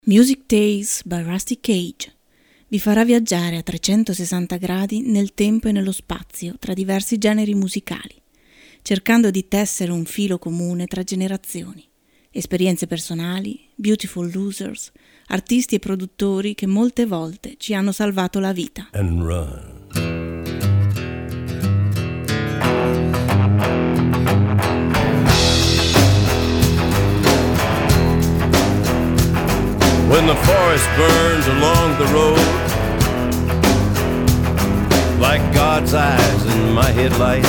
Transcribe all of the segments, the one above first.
Music Days by Rusty Cage vi farà viaggiare a 360 gradi nel tempo e nello spazio tra diversi generi musicali, cercando di tessere un filo comune tra generazioni, esperienze personali, beautiful losers, artisti e produttori che molte volte ci hanno salvato la vita. And run. When the forest burns along the road, like God's eyes in my headlights,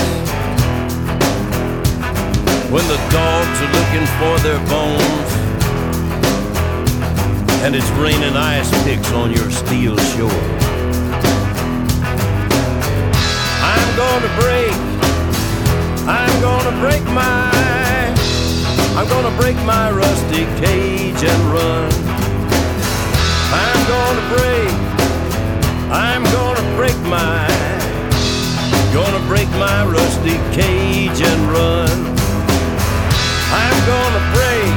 when the dogs are looking for their bones, and it's raining ice picks on your steel shore, I'm gonna break my rusty cage and run. I'm gonna break my rusty cage and run. I'm gonna break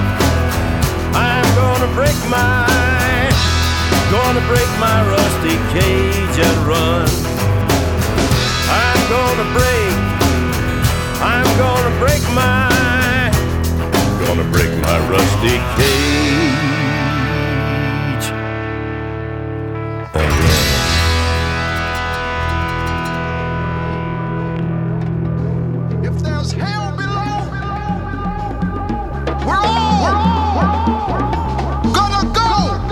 my rusty cage and run. I'm gonna break my rusty cage. If there's hell below, we're all gonna go.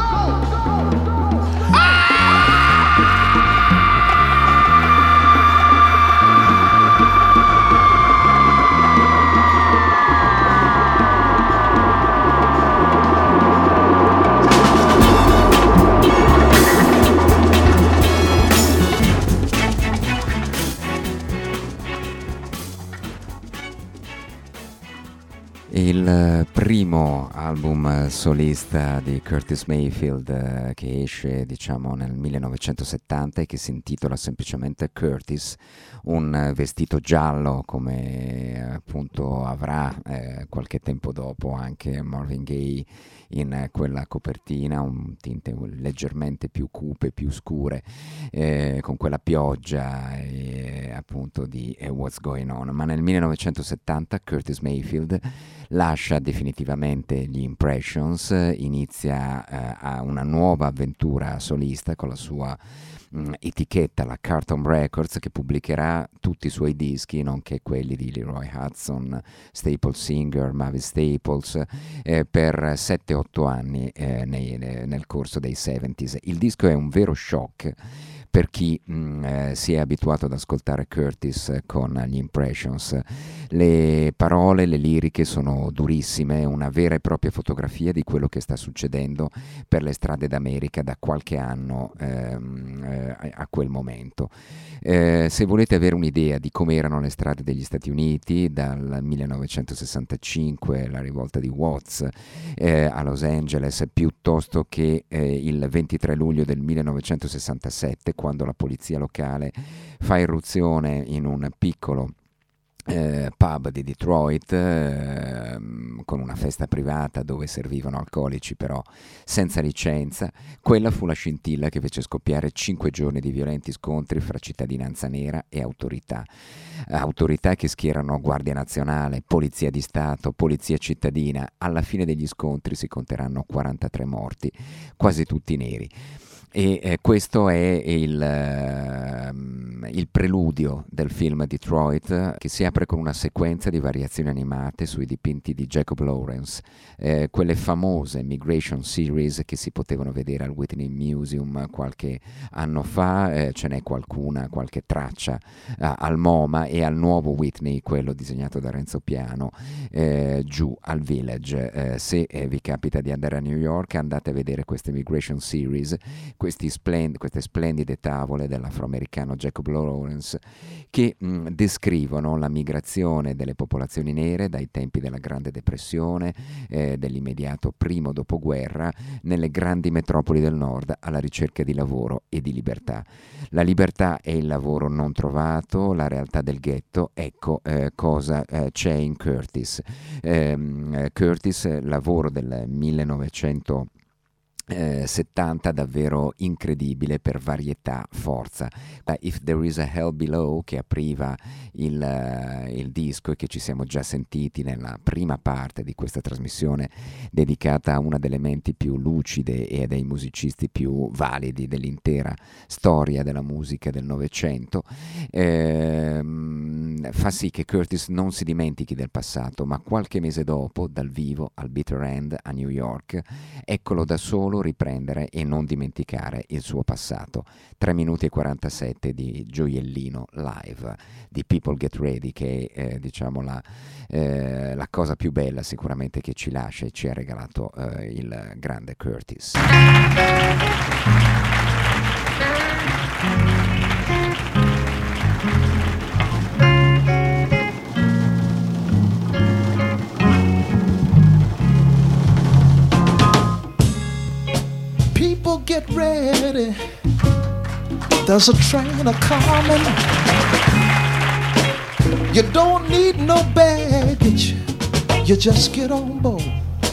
Il primo album solista di Curtis Mayfield che esce diciamo nel 1970 e che si intitola semplicemente Curtis, un vestito giallo come appunto avrà qualche tempo dopo anche Marvin Gaye in quella copertina, un tinte leggermente più cupe, più scure, con quella pioggia appunto di What's Going On. Ma nel 1970 Curtis Mayfield lascia definitivamente gli Impressions, inizia a una nuova avventura solista con la sua etichetta, la Carlton Records, che pubblicherà tutti i suoi dischi, nonché quelli di Leroy Hudson, Staple Singer, Mavis Staples, per 7-8 anni nel corso dei 70s. Il disco è un vero shock per chi si è abituato ad ascoltare Curtis con gli Impressions. Le parole, le liriche sono durissime, una vera e propria fotografia di quello che sta succedendo per le strade d'America da qualche anno a quel momento. Se volete avere un'idea di come erano le strade degli Stati Uniti dal 1965, la rivolta di Watts a Los Angeles, piuttosto che il 23 luglio del 1967, quando la polizia locale fa irruzione in un piccolo pub di Detroit con una festa privata dove servivano alcolici però senza licenza. Quella fu la scintilla che fece scoppiare 5 giorni di violenti scontri fra cittadinanza nera e autorità che schierano Guardia Nazionale, Polizia di Stato, Polizia cittadina. Alla fine degli scontri si conteranno 43 morti, quasi tutti neri. E questo è il preludio del film Detroit, che si apre con una sequenza di variazioni animate sui dipinti di Jacob Lawrence, quelle famose Migration Series che si potevano vedere al Whitney Museum qualche anno fa. Ce n'è qualche traccia al MoMA e al nuovo Whitney, quello disegnato da Renzo Piano, giù al Village. Se vi capita di andare a New York, andate a vedere queste Migration Series, queste splendide tavole dell'afroamericano Jacob Lawrence che descrivono la migrazione delle popolazioni nere dai tempi della Grande Depressione, dell'immediato primo dopoguerra, nelle grandi metropoli del nord alla ricerca di lavoro e di libertà. La libertà è il lavoro non trovato, la realtà del ghetto. Ecco cosa c'è in Curtis. Curtis, lavoro del 1900 70 davvero incredibile per varietà, forza. If There Is a Hell Below, che apriva il disco e che ci siamo già sentiti nella prima parte di questa trasmissione dedicata a una delle menti più lucide e dei musicisti più validi dell'intera storia della musica del Novecento, fa sì che Curtis non si dimentichi del passato, ma qualche mese dopo, dal vivo al Bitter End a New York, eccolo da solo riprendere e non dimenticare il suo passato. 3 minuti e 47 di gioiellino live di People Get Ready, che è diciamo la cosa più bella sicuramente che ci lascia e ci ha regalato il grande Curtis. People get ready, there's a train a-comin'. You don't need no baggage, you just get on board.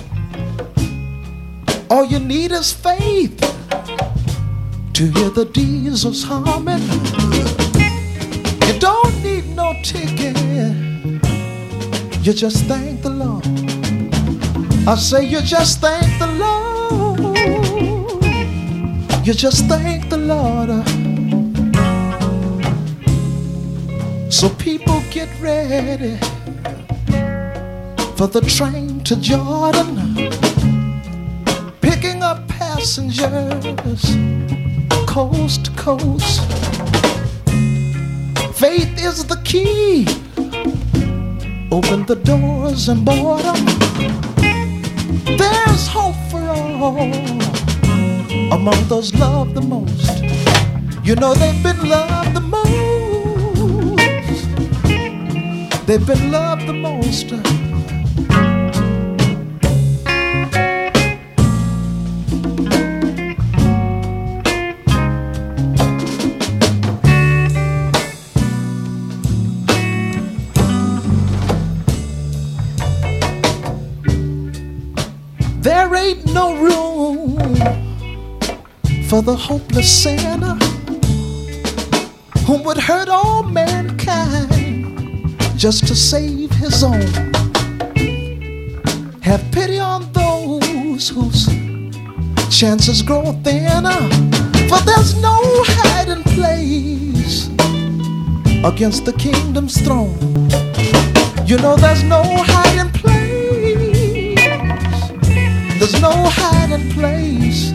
All you need is faith to hear the diesels humming. You don't need no ticket, you just thank the Lord. I say you just thank the Lord. You just thank the Lord. So people get ready for the train to Jordan, picking up passengers coast to coast. Faith is the key, open the doors and board them. There's hope for all among those loved the most. You know they've been loved the most. They've been loved the most. There ain't no room for the hopeless sinner who would hurt all mankind just to save his own. Have pity on those whose chances grow thinner, for there's no hiding place against the kingdom's throne. You know there's no hiding place. There's no hiding place.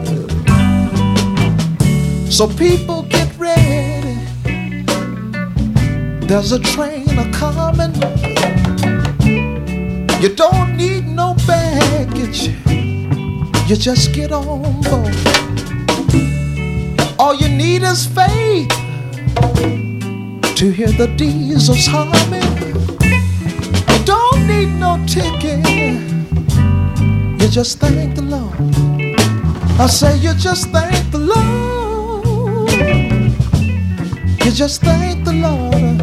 So people get ready. There's a train a-comin'. You don't need no baggage. You just get on board. All you need is faith to hear the diesels humming. You don't need no ticket. You just thank the Lord. I say you just thank the Lord. You just thank the Lord.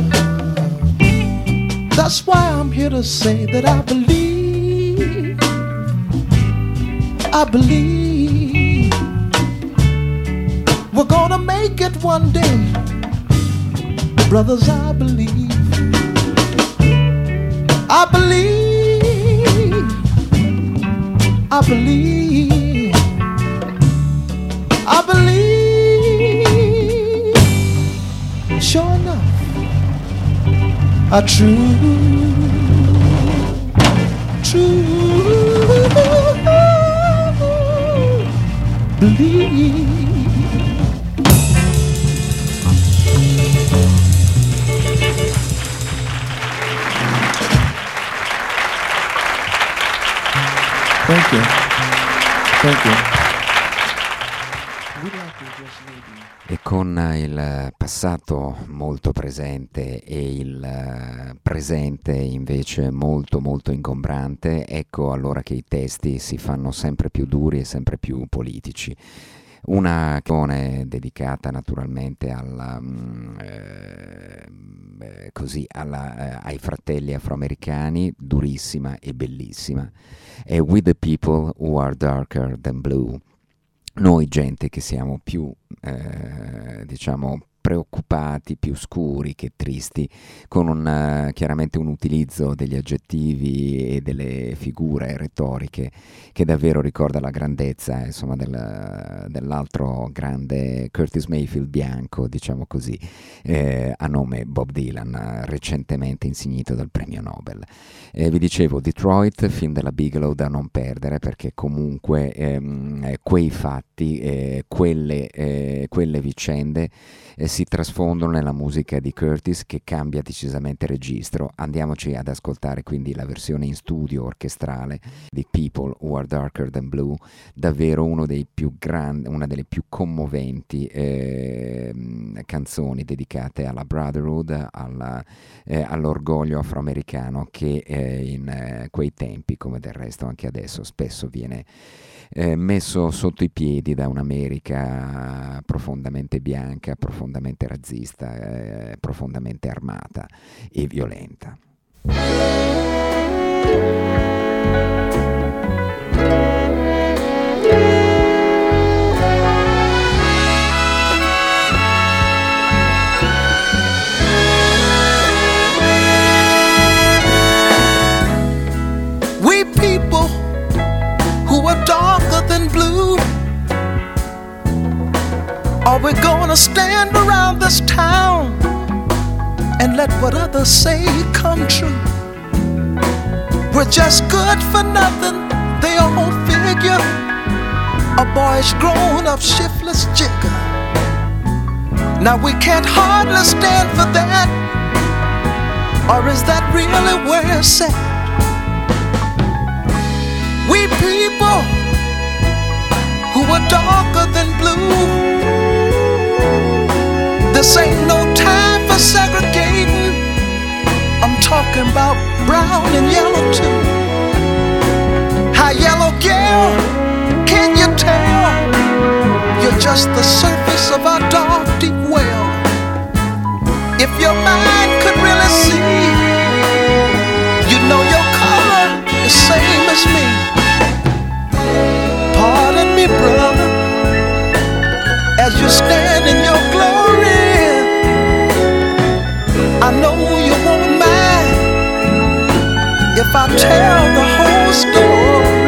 That's why I'm here to say that I believe. I believe we're gonna make it one day. Brothers, I believe. I believe. I believe. I believe. Sure enough, I true believe. Thank you. Thank you. E con il passato molto presente e il presente invece molto molto ingombrante, ecco allora che i testi si fanno sempre più duri e sempre più politici. Una canzone dedicata naturalmente ai fratelli afroamericani, durissima e bellissima, è With the People Who Are Darker Than Blue, noi gente che siamo più, diciamo, preoccupati, più scuri che tristi, con chiaramente un utilizzo degli aggettivi e delle figure retoriche che davvero ricorda la grandezza, insomma, dell'altro grande Curtis Mayfield bianco, diciamo così, a nome Bob Dylan, recentemente insignito dal premio Nobel. Vi dicevo, Detroit, film della Bigelow da non perdere, perché comunque quei fatti, quelle vicende si trasfondono nella musica di Curtis, che cambia decisamente registro. Andiamoci ad ascoltare quindi la versione in studio orchestrale di People Who Are Darker Than Blue, davvero uno dei più grandi, una delle più commoventi canzoni dedicate alla brotherhood, all'orgoglio afroamericano che in quei tempi, come del resto anche adesso, spesso viene messo sotto i piedi da un'America profondamente bianca, profondamente razzista, profondamente armata e violenta. We people who are darker than blue, are we gonna stand around this town and let what others say come true? We're just good for nothing, they all figure. A boy's grown up shiftless jigger. Now we can't hardly stand for that, or is that really where it's at? We people who are darker than blue, this ain't no time for segregating. I'm talking about brown and yellow too. Hi, yellow girl, can you tell? You're just the surface of our dark, deep well. If your mind could really see, you know your color is same as me. Pardon me, brother, as you stand in your glory. I know you won't mind if I tell the whole story.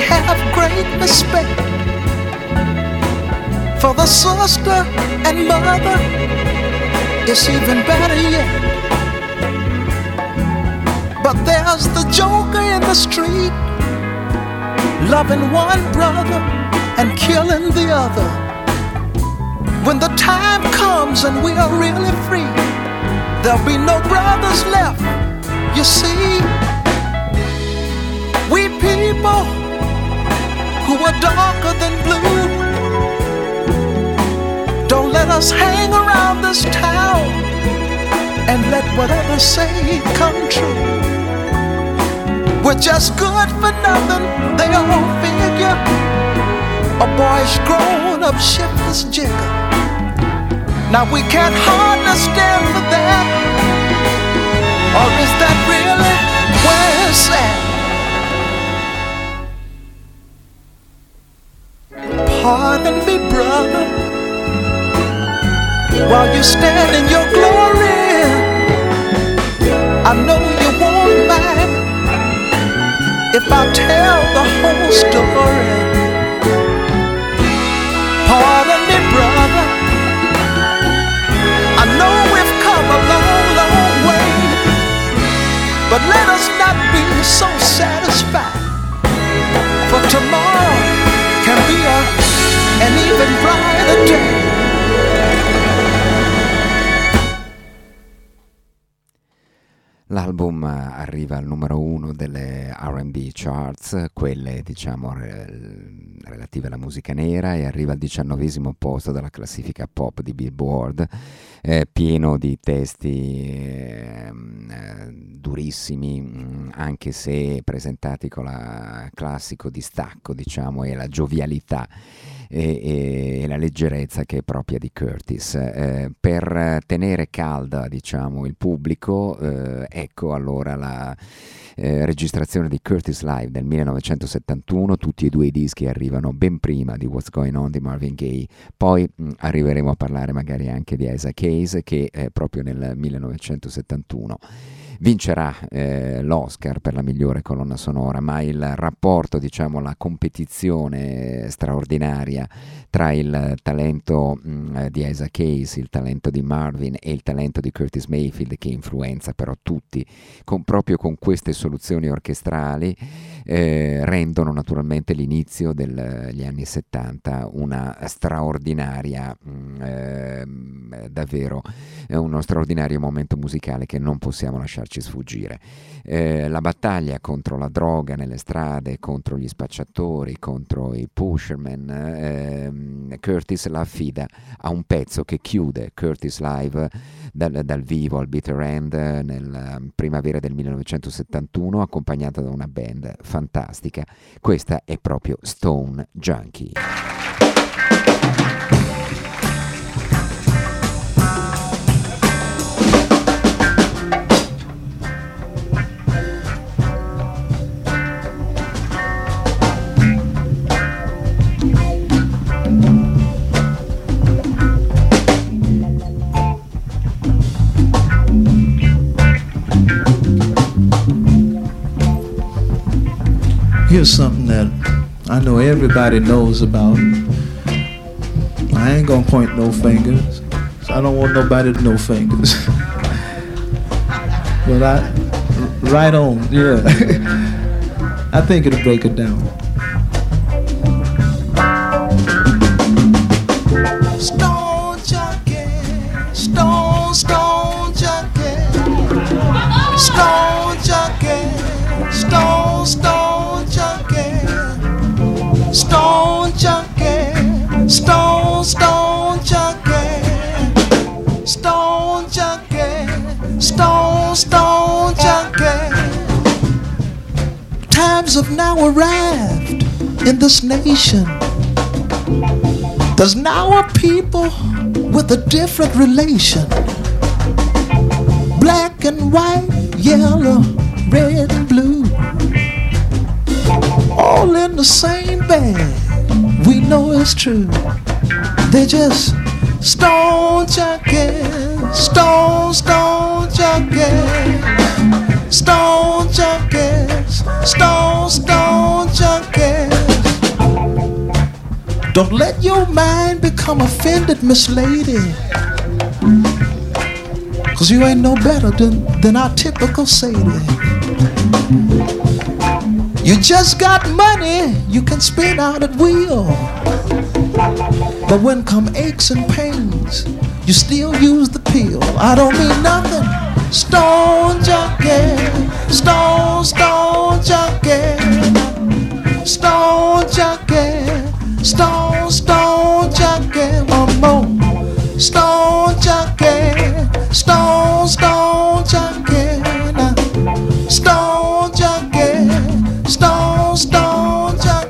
have great respect for the sister and mother. It's even better yet. But there's the joker in the street, loving one brother and killing the other. When the time comes and we are really free, there'll be no brothers left. You see, we people who are darker than blue, don't let us hang around this town and let whatever say come true. We're just good for nothing, they all figure. A boy's grown up shiftless jigger. Now we can't hardly stand for that. Or is that really where it's at? Pardon me, brother, while you stand in your glory. I know you won't mind if I tell the whole story. Pardon me, brother, I know we've come a long, long way, but let us not be so satisfied, for tomorrow can be an even brighter day. L'album arriva al numero 1 delle R&B charts, quelle diciamo relative alla musica nera, e arriva al 19° posto della classifica pop di Billboard, pieno di testi durissimi, anche se presentati con la classico distacco, diciamo, e la giovialità e la leggerezza che è propria di Curtis. Per tenere calda, diciamo, il pubblico, ecco allora la registrazione di Curtis Live del 1971. Tutti e due i dischi arrivano ben prima di What's Going On di Marvin Gaye. Poi arriveremo a parlare magari anche di Isaac Hayes, che proprio nel 1971 vincerà l'Oscar per la migliore colonna sonora, ma il rapporto, diciamo, la competizione straordinaria tra il talento di Isaac Hayes, il talento di Marvin e il talento di Curtis Mayfield, che influenza però tutti proprio con queste soluzioni orchestrali, rendono naturalmente l'inizio degli anni 70 una straordinaria, davvero uno straordinario momento musicale che non possiamo lasciarci sfuggire. La battaglia contro la droga nelle strade, contro gli spacciatori, contro i pusherman, Curtis la affida a un pezzo che chiude Curtis Live dal vivo al Bitter End nella primavera del 1971, accompagnata da una band fantastica. Questa è proprio Stone Junkie. Here's something that I know everybody knows about. I ain't gonna point no fingers. So I don't want nobody to know fingers. But right on, yeah. I think it'll break it down. Stone junkie, stone junkie, stone junkie, stone junkie, stone junkie, stone junkie, stone junkie, stone junkie. Times have now arrived in this nation. There's now a people with a different relation. Black and white, yellow, red and blue, all in the same bag. We know it's true. They're just stone junkies, stone junkies, stone junkies, stone junkies. Don't let your mind become offended, Miss Lady, 'cause you ain't no better than our typical Sadie. You just got money you can spend out at will, but when come aches and pains, you still use the pill. I don't mean nothing. Stone junkie, stone junkie, stone junkie, stone junkie, mama. Stone junkie, stone junkie, stone junkie, stone junkie.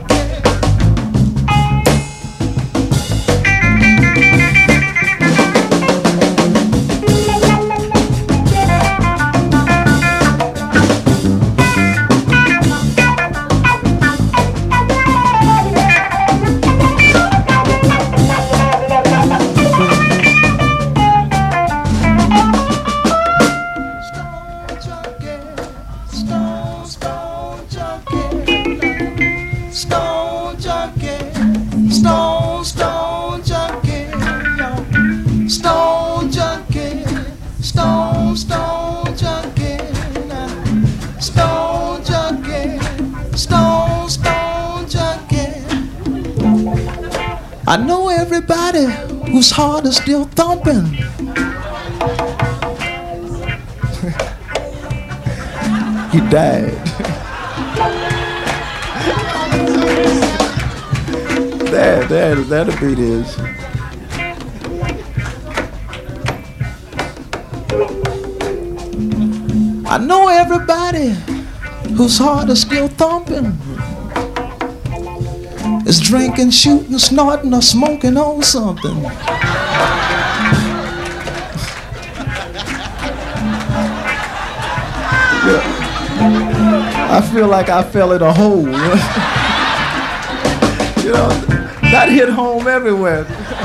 I know everybody whose heart is still thumping. He died. That'll be this. I know everybody whose heart is still thumping is drinking, shooting, snorting, or smoking on something. Yeah. I feel like I fell in a hole. You know, that hit home everywhere.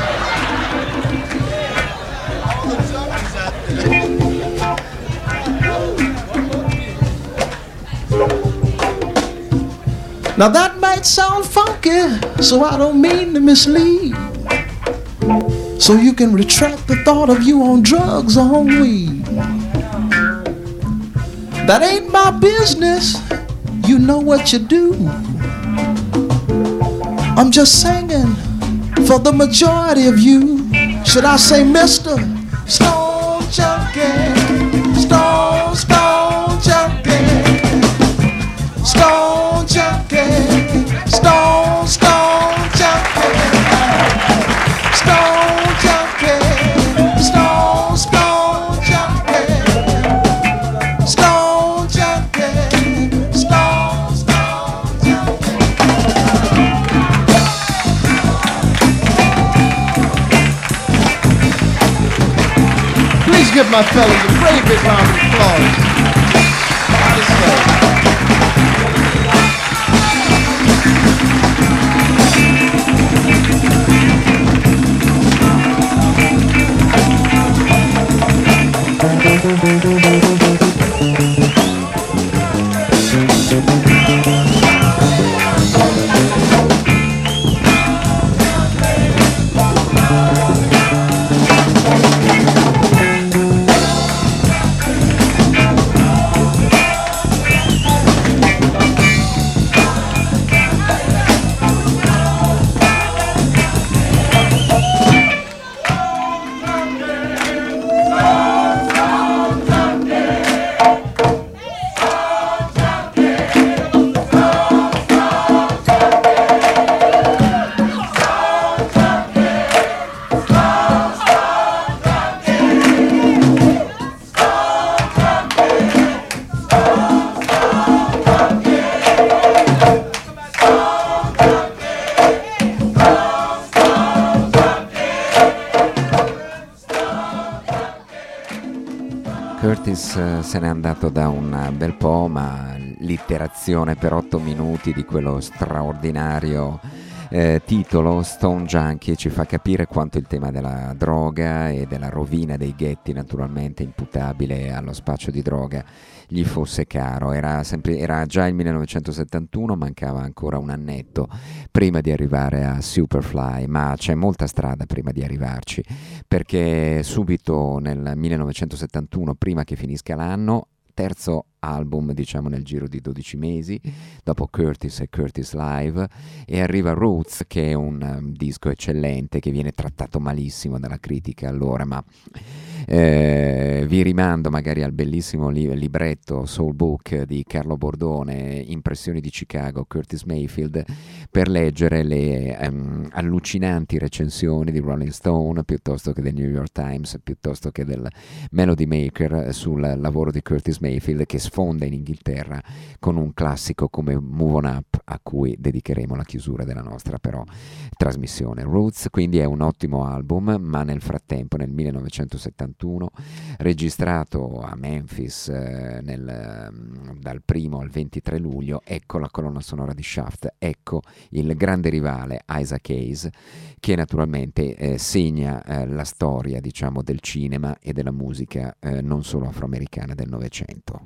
Now that might sound funky, so I don't mean to mislead. So you can retract the thought of you on drugs or on weed. That ain't my business, you know what you do. I'm just singing for the majority of you. Should I say Mr. Stone Junkie, Stone Junkie, Stone Junkie, Stone Junkie, Stone Junkie, Stone Junkie, Stone Junkie, Stone Junkie. Please give my fellas a great big round of applause. Curtis se n'è andato da un bel po', ma l'iterazione per 8 minuti di quello straordinario titolo Stone Junkie ci fa capire quanto il tema della droga e della rovina dei ghetti, naturalmente imputabile allo spaccio di droga, gli fosse caro. Era già il 1971, mancava ancora un annetto prima di arrivare a Superfly, ma c'è molta strada prima di arrivarci, perché subito nel 1971, prima che finisca l'anno, terzo album, diciamo, nel giro di 12 mesi, dopo Curtis e Curtis Live, e arriva Roots, che è un disco eccellente che viene trattato malissimo dalla critica allora, ma vi rimando magari al bellissimo libretto Soul Book di Carlo Bordone, Impressioni di Chicago, Curtis Mayfield, per leggere le allucinanti recensioni di Rolling Stone, piuttosto che del New York Times, piuttosto che del Melody Maker sul lavoro di Curtis Mayfield, che sfonda in Inghilterra con un classico come Move On Up, a cui dedicheremo la chiusura della nostra però trasmissione. Roots quindi è un ottimo album, ma nel frattempo, nel 1971, registrato a Memphis dal 1 al 23 luglio, ecco la colonna sonora di Shaft, ecco il grande rivale Isaac Hayes, che naturalmente segna la storia, diciamo, del cinema e della musica non solo afroamericana del Novecento.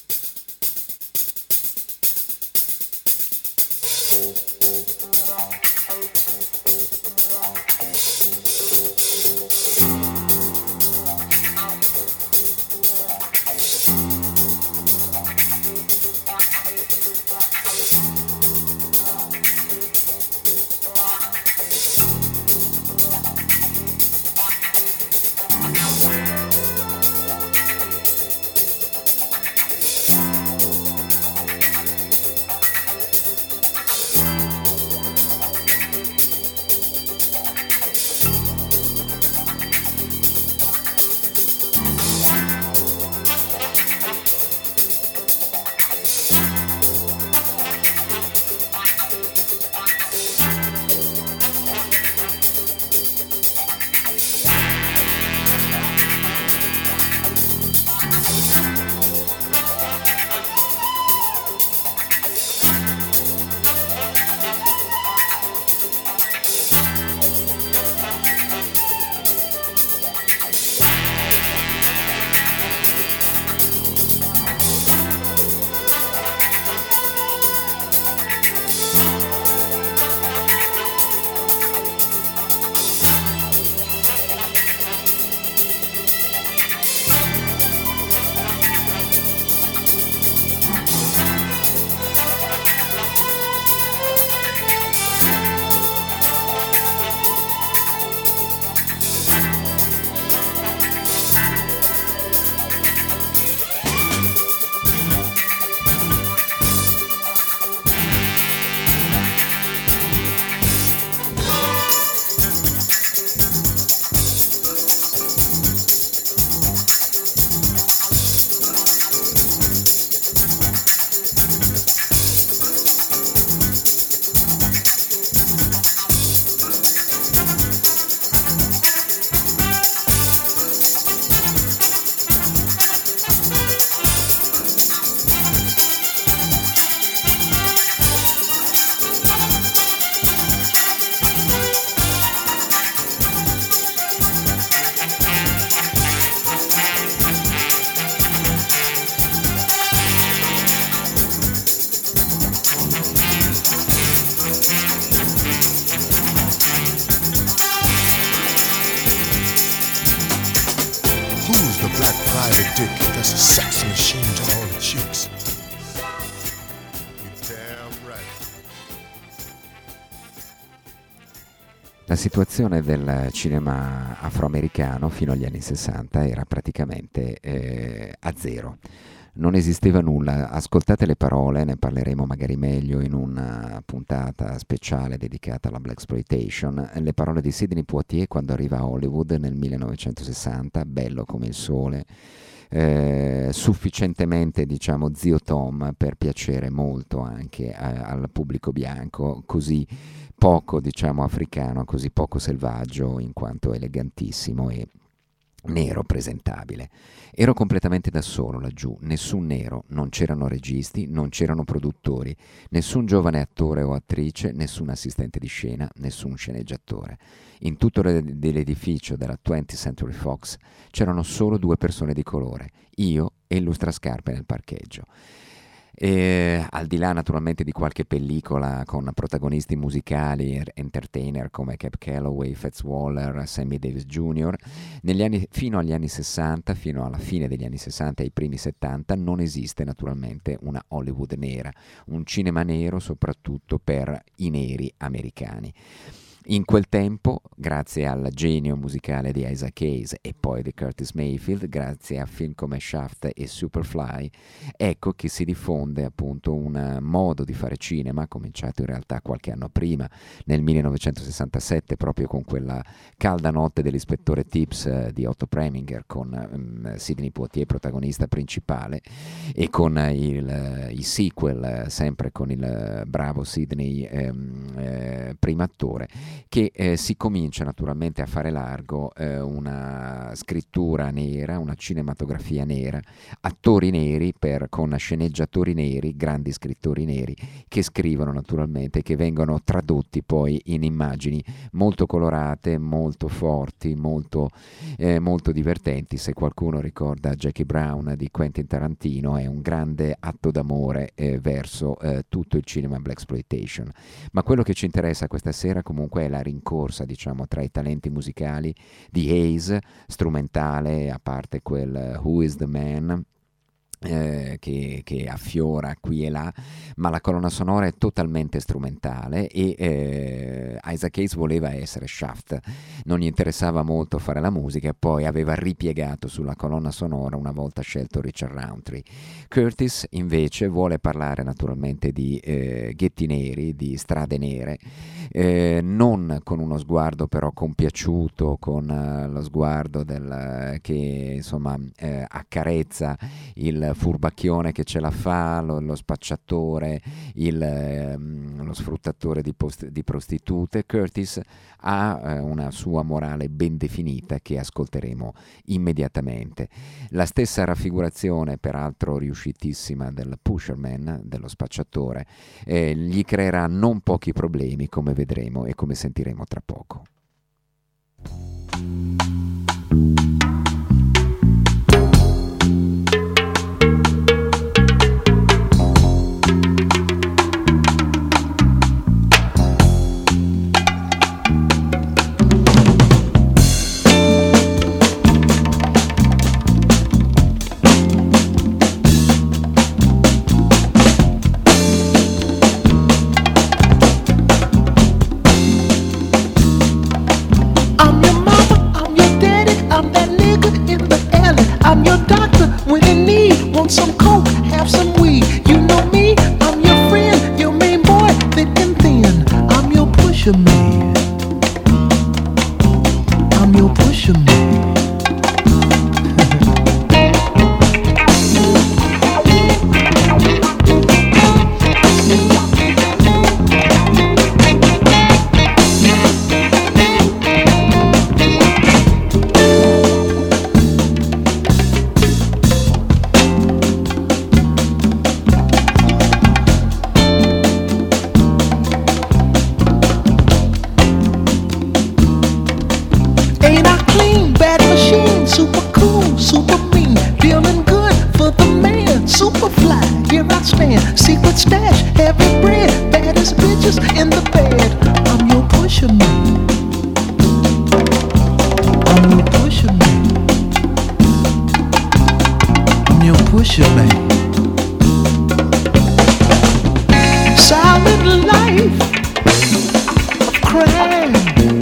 That's a sex machine to all the chicks. You're damn right. La situazione del cinema afroamericano fino agli anni 60 era praticamente a zero. Non esisteva nulla. Ascoltate le parole, ne parleremo magari meglio in una puntata speciale dedicata alla blaxploitation. Le parole di Sidney Poitier quando arriva a Hollywood nel 1960, bello come il sole, sufficientemente, diciamo, zio Tom per piacere molto anche al pubblico bianco, così poco, diciamo, africano, così poco selvaggio in quanto elegantissimo e nero presentabile. Ero completamente da solo laggiù, nessun nero, non c'erano registi, non c'erano produttori, nessun giovane attore o attrice, nessun assistente di scena, nessun sceneggiatore. In tutto l'edificio della 20th Century Fox c'erano solo 2 persone di colore, io e il lustrascarpe nel parcheggio. E, al di là naturalmente di qualche pellicola con protagonisti musicali, entertainer come Cab Calloway, Fats Waller, Sammy Davis Jr., fino agli anni 60, fino alla fine degli anni 60 e ai primi 70, non esiste naturalmente una Hollywood nera, un cinema nero soprattutto per i neri americani. In quel tempo, grazie al genio musicale di Isaac Hayes e poi di Curtis Mayfield, grazie a film come Shaft e Superfly, ecco che si diffonde appunto un modo di fare cinema, cominciato in realtà qualche anno prima, nel 1967, proprio con quella calda notte dell'ispettore Tips di Otto Preminger, con Sidney Poitier protagonista principale, e con i sequel, sempre con il bravo Sidney primo attore, che si comincia naturalmente a fare largo una scrittura nera, una cinematografia nera, attori neri con sceneggiatori neri, grandi scrittori neri che scrivono naturalmente, che vengono tradotti poi in immagini molto colorate, molto forti, molto divertenti. Se qualcuno ricorda Jackie Brown di Quentin Tarantino, è un grande atto d'amore verso tutto il cinema blaxploitation. Ma quello che ci interessa questa sera comunque è la rincorsa, diciamo, tra i talenti musicali di Hayes, strumentale, a parte quel Who is the Man, che affiora qui e là, ma la colonna sonora è totalmente strumentale e Isaac Hayes voleva essere Shaft, non gli interessava molto fare la musica e poi aveva ripiegato sulla colonna sonora una volta scelto Richard Roundtree. Curtis invece vuole parlare naturalmente di ghetti neri, di strade nere, non con uno sguardo però compiaciuto, con lo sguardo che insomma accarezza il furbacchione che ce la fa, lo spacciatore, lo sfruttatore di prostitute. Curtis ha una sua morale ben definita che ascolteremo immediatamente. La stessa raffigurazione, peraltro riuscitissima, del pusherman, dello spacciatore, gli creerà non pochi problemi, come vedremo e come sentiremo tra poco. I'm your doctor when in need. Want some coke, have some weed. You know me, I'm your friend, your main boy, thick and thin. I'm your pusher man. I'm your pusher man. Secret stash, heavy bread, baddest bitches in the bed. I'm your pusher man. I'm your pusher man. I'm your pusher man. Silent life of crime.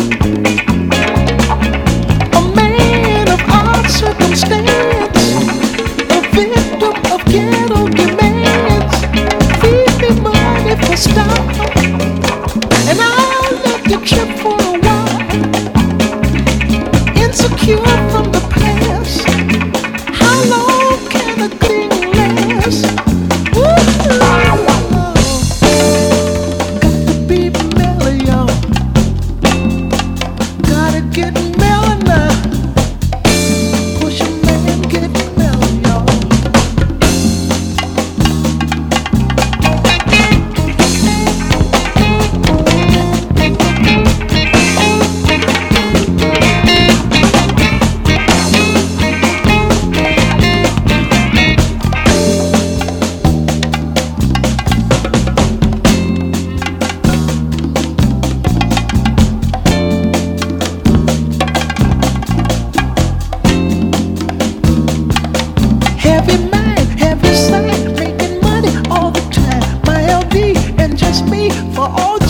A man of odd circumstance. A victim of ghetto demands. For stop, and I'll let you trip for a while. Insecure from the past, how long can a thing last? Ooh, got to be mellow, y'all. Gotta get mellow now.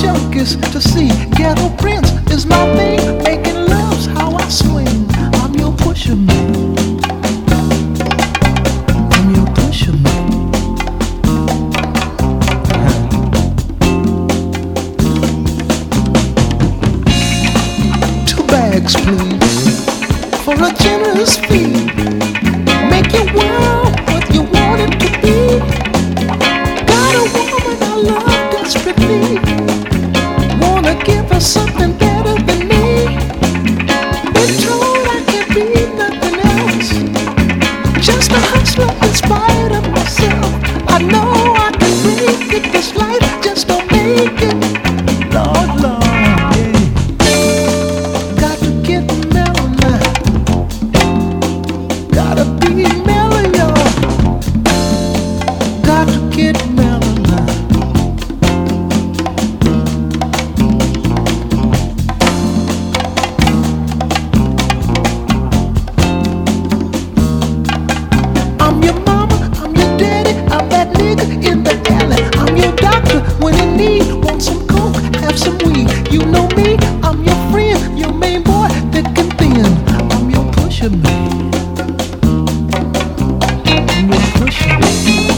junkies to see. Ghetto Prince is my thing. Making love's how I swing. I'm your pusher man. I'm your pusher man. 2 bags, please, for a generous fee. Make your world what you want it to be. Got a woman I love desperately. Wanna give her something better than me. Been told I can't be nothing else. Just a hustler in spite of myself. I know I can make it. This life just don't make it. Lord, Lord, yeah. Got to get mellow now. Gotta be mellow, y'all. Got to get mellow now. I'm your mama, I'm your daddy, I'm that nigga in the alley. I'm your doctor when you need. Want some coke, have some weed. You know me, I'm your friend, your main boy, thick and thin. I'm your pusher man. I'm your pusher man.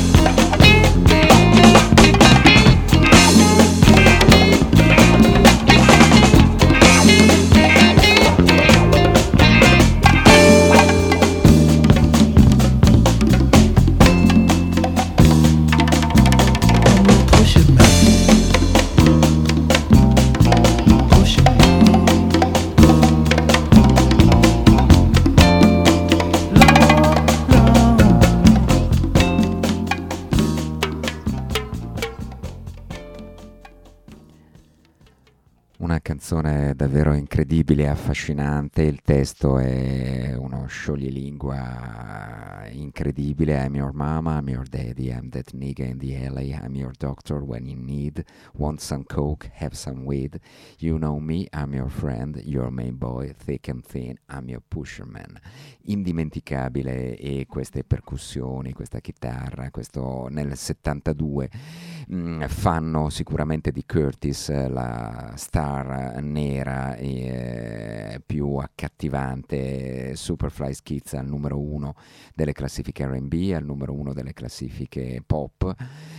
Una canzone davvero incredibile e affascinante, il testo è uno scioglilingua incredibile. I'm your mama, I'm your daddy, I'm that nigga in the alley, I'm your doctor when you need, want some coke, have some weed, you know me, I'm your friend, your main boy, thick and thin, I'm your pusherman. Indimenticabile, e queste percussioni, questa chitarra, questo nel 72 fanno sicuramente di Curtis la star nera e più accattivante. Superfly schizza al numero 1 delle classifiche R&B, al numero 1 delle classifiche pop,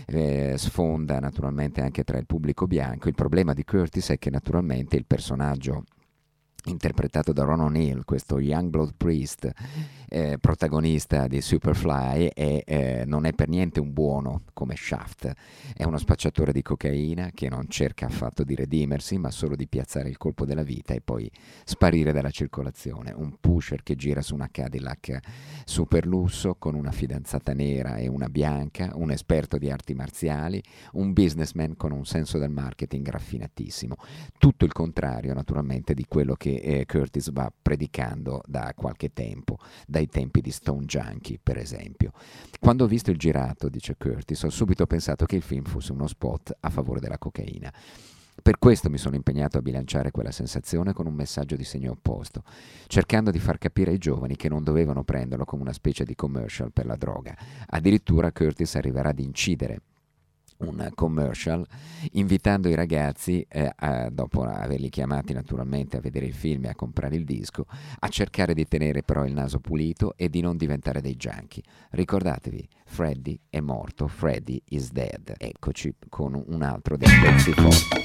sfonda naturalmente anche tra il pubblico bianco. Il problema di Curtis è che naturalmente il personaggio interpretato da Ron O'Neill, questo Youngblood Priest, protagonista di Superfly, non è per niente un buono come Shaft. È uno spacciatore di cocaina che non cerca affatto di redimersi, ma solo di piazzare il colpo della vita e poi sparire dalla circolazione. Un pusher che gira su una Cadillac super lusso con una fidanzata nera e una bianca, un esperto di arti marziali, un businessman con un senso del marketing raffinatissimo. Tutto il contrario naturalmente di quello che Curtis va predicando da qualche tempo, dai tempi di Stone Junkie per esempio. Quando ho visto il girato, dice Curtis, ho subito pensato che il film fosse uno spot a favore della cocaina. Per questo mi sono impegnato a bilanciare quella sensazione con un messaggio di segno opposto, cercando di far capire ai giovani che non dovevano prenderlo come una specie di commercial per la droga. Addirittura Curtis arriverà ad incidere un commercial invitando i ragazzi, dopo averli chiamati naturalmente a vedere il film e a comprare il disco, a cercare di tenere però il naso pulito e di non diventare dei junkie. Ricordatevi, Freddy è morto, Freddy is dead. Eccoci con un altro dei pezzi forti.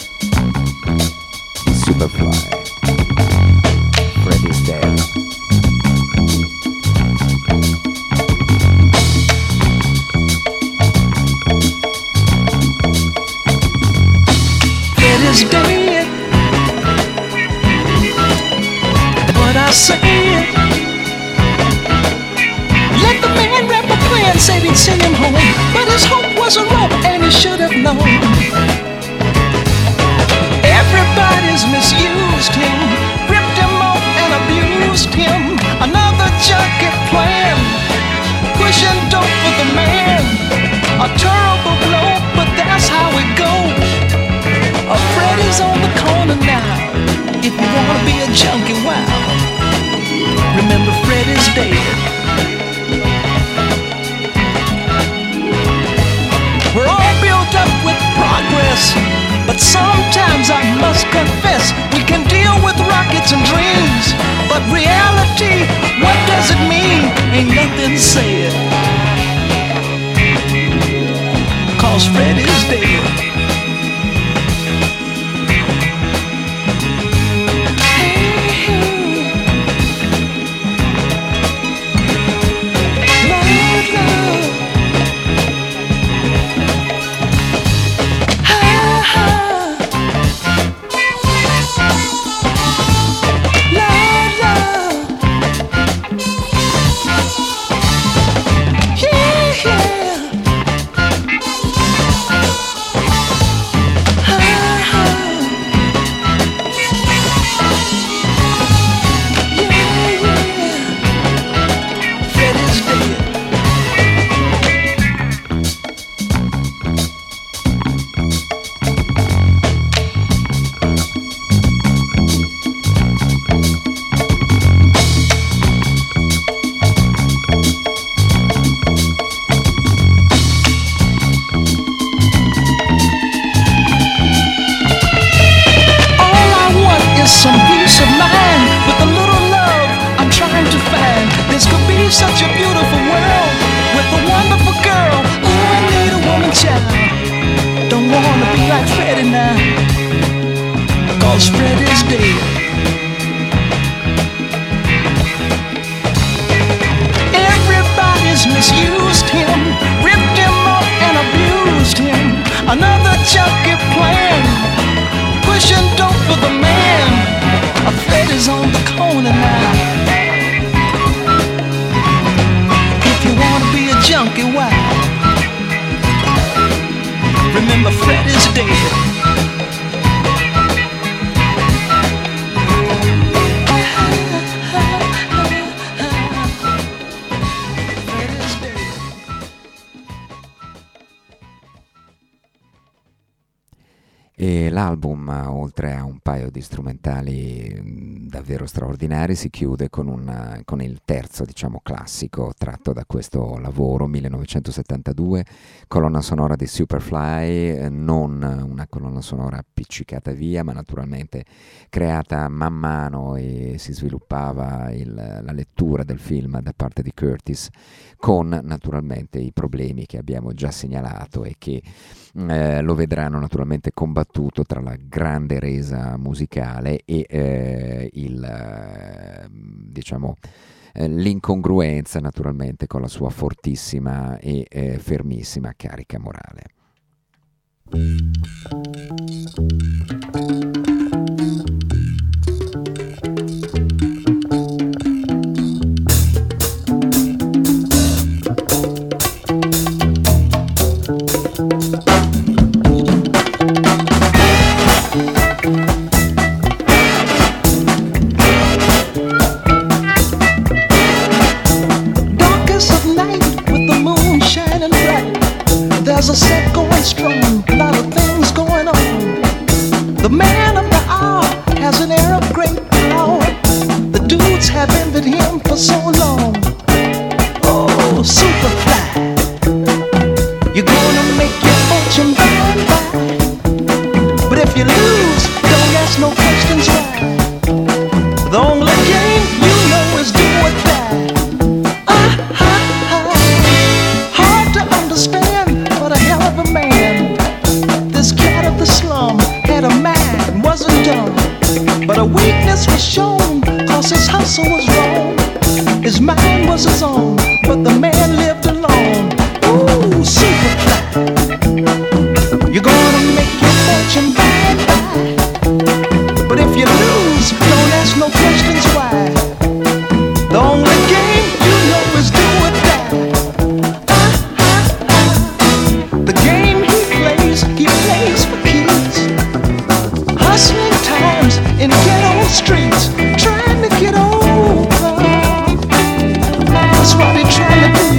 Superfly, Freddy is dead. Is dead. But I say it. Let the man rap a plan, said he'd send him home, but his hope wasn't wrong, and he should have known. Everybody's misused him, ripped him off and abused him. Another junkie plan, pushing dope for the man. A terrible blow, but that's how it goes. Freddy's on the corner now. If you wanna be a junkie, wow, remember Freddy's dead. We're all built up with progress, but sometimes but reality, what does it mean? Ain't nothing said. 'Cause Fred is dead. E l'album, oltre a un paio di strumentali davvero straordinari, si chiude con il terzo, diciamo, classico tratto da questo lavoro, 1972, colonna sonora di Superfly, non una colonna sonora appiccicata via, ma naturalmente creata man mano e si sviluppava la lettura del film da parte di Curtis, con naturalmente i problemi che abbiamo già segnalato e che lo vedranno naturalmente combattuto tra la grande resa musicale e l'incongruenza naturalmente con la sua fortissima e fermissima carica morale. There's a set going strong, a lot of things going on. The man of the hour has an air of great power. The dudes have envied him for so long. Oh, Superfly, you're gonna make your fortune by and by. But if you lose, don't ask no questions why. The only game you know is do or die. Hard to understand, but a hell of a man. This cat of the slum had a mind, wasn't dumb, but a weakness was shown, cause his hustle was wrong. His mind was his own, but the man lived alone. Ooh, Superfly, you're gonna make your fortune by and by. But if you lose, don't ask no questions why. The only game you know is do or die. The game he plays for keys. Hustling times in ghetto streets, trying to get over. That's what he's trying to do.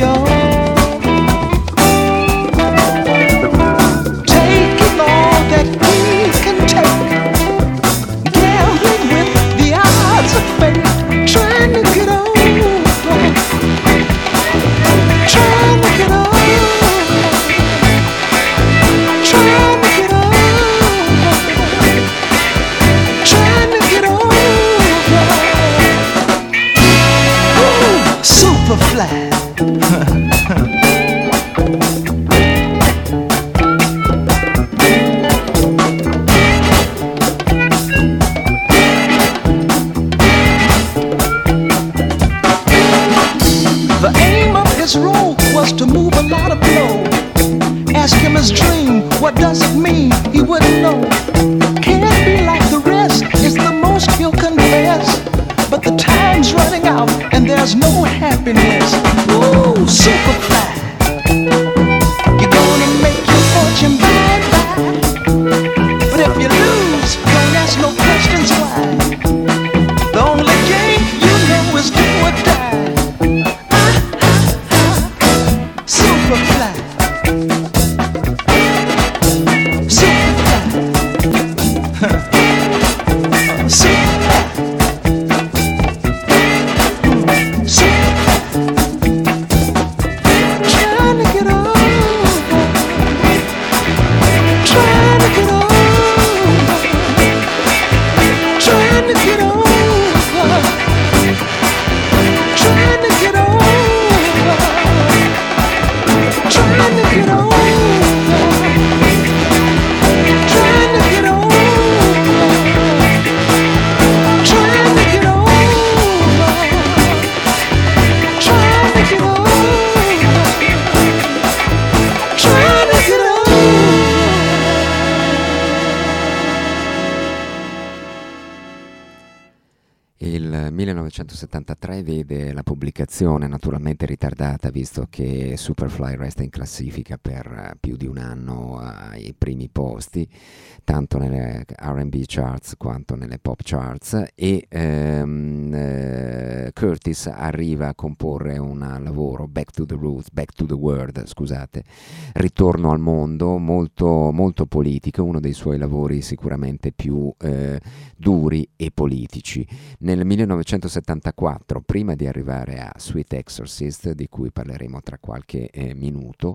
just don't ask no questions why. The only game you know is do or die. Superfly. Il 1973 vede la pubblicazione, naturalmente ritardata visto che Superfly resta in classifica per più di un anno ai primi posti, tanto nelle R&B charts quanto nelle pop charts, e Curtis arriva a comporre un lavoro, Back to the World, scusate, ritorno al mondo, molto, molto politico, uno dei suoi lavori sicuramente più duri e politici. Nel 1974, prima di arrivare a Sweet Exorcist, di cui parleremo tra qualche minuto,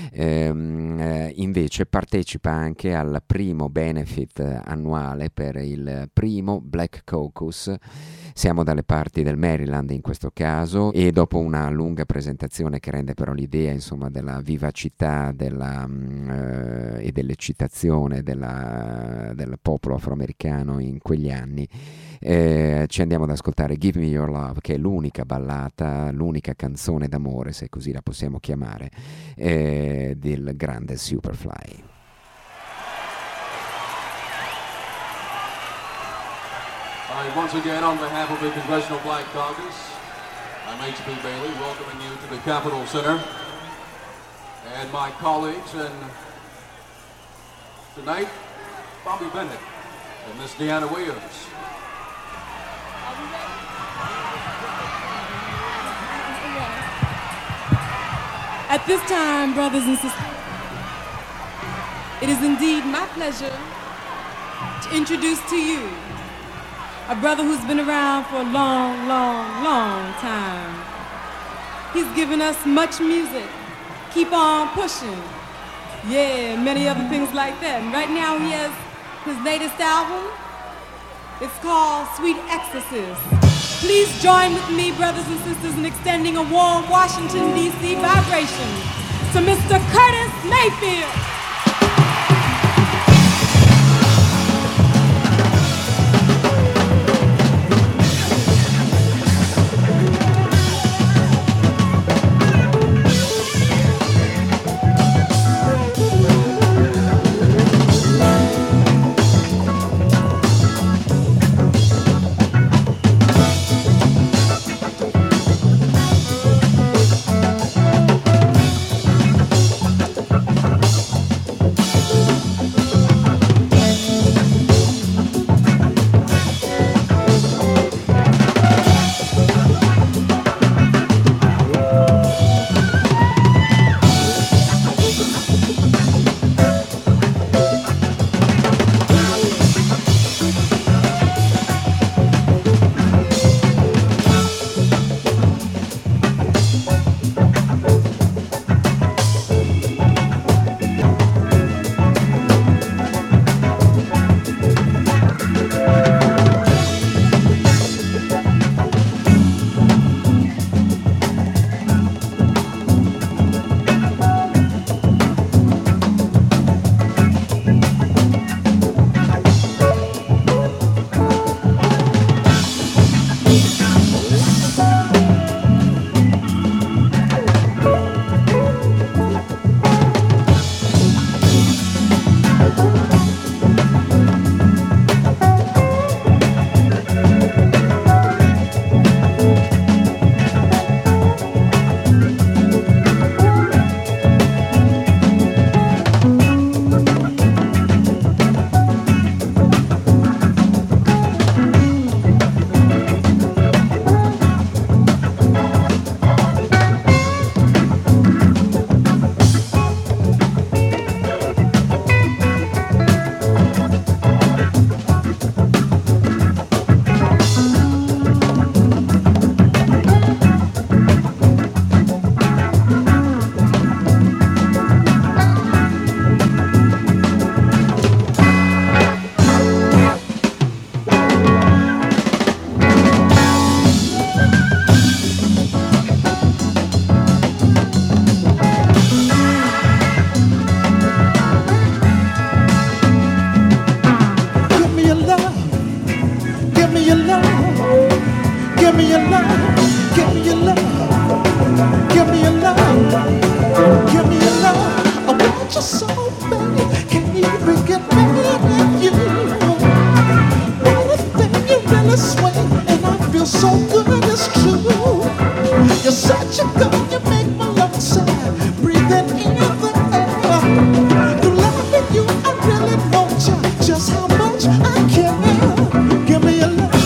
invece partecipa anche al primo benefit annuale per il primo Black Caucus. Siamo dalle parti del Maryland in questo caso, e dopo una lunga presentazione che rende però l'idea, insomma, della vivacità e dell'eccitazione del popolo afroamericano in quegli anni, ci andiamo ad ascoltare Give Me Your Love, che è l'unica ballata, l'unica canzone d'amore, se così la possiamo chiamare, del grande Superfly. Once again, on behalf of the Congressional Black Caucus, I'm H.B. Bailey, welcoming you to the Capitol Center, and my colleagues, and tonight, Bobby Bennett and Miss Deanna Williams. At this time, brothers and sisters, it is indeed my pleasure to introduce to you a brother who's been around for a long, long, long time. He's given us much music. Keep on pushing. Yeah, many other things like that. And right now he has his latest album. It's called Sweet Exorcist. Please join with me, brothers and sisters, in extending a warm Washington, D.C. vibration to Mr. Curtis Mayfield. you so bad, can't even get mad at you. What a thing, you really swing, and I feel so good, it's true. You're such a girl, you make my love sad, breathing in the air. To loving you, I really know just how much I care. Give me your love.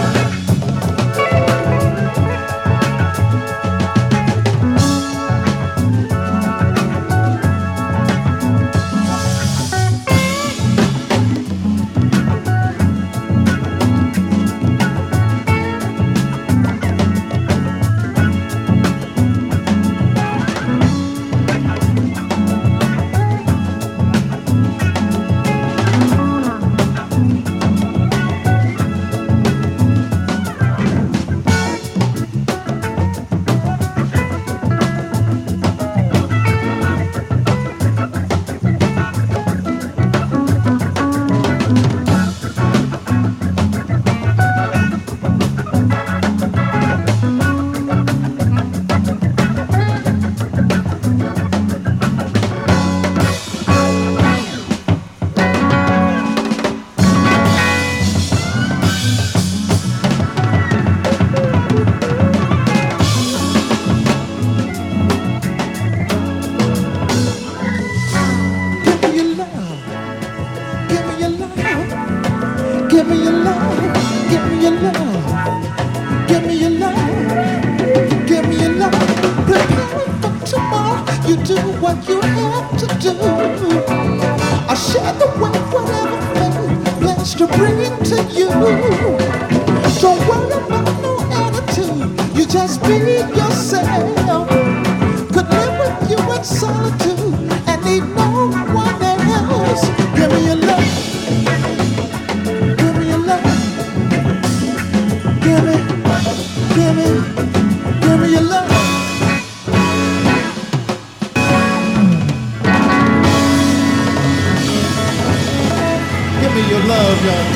Your love, y'all.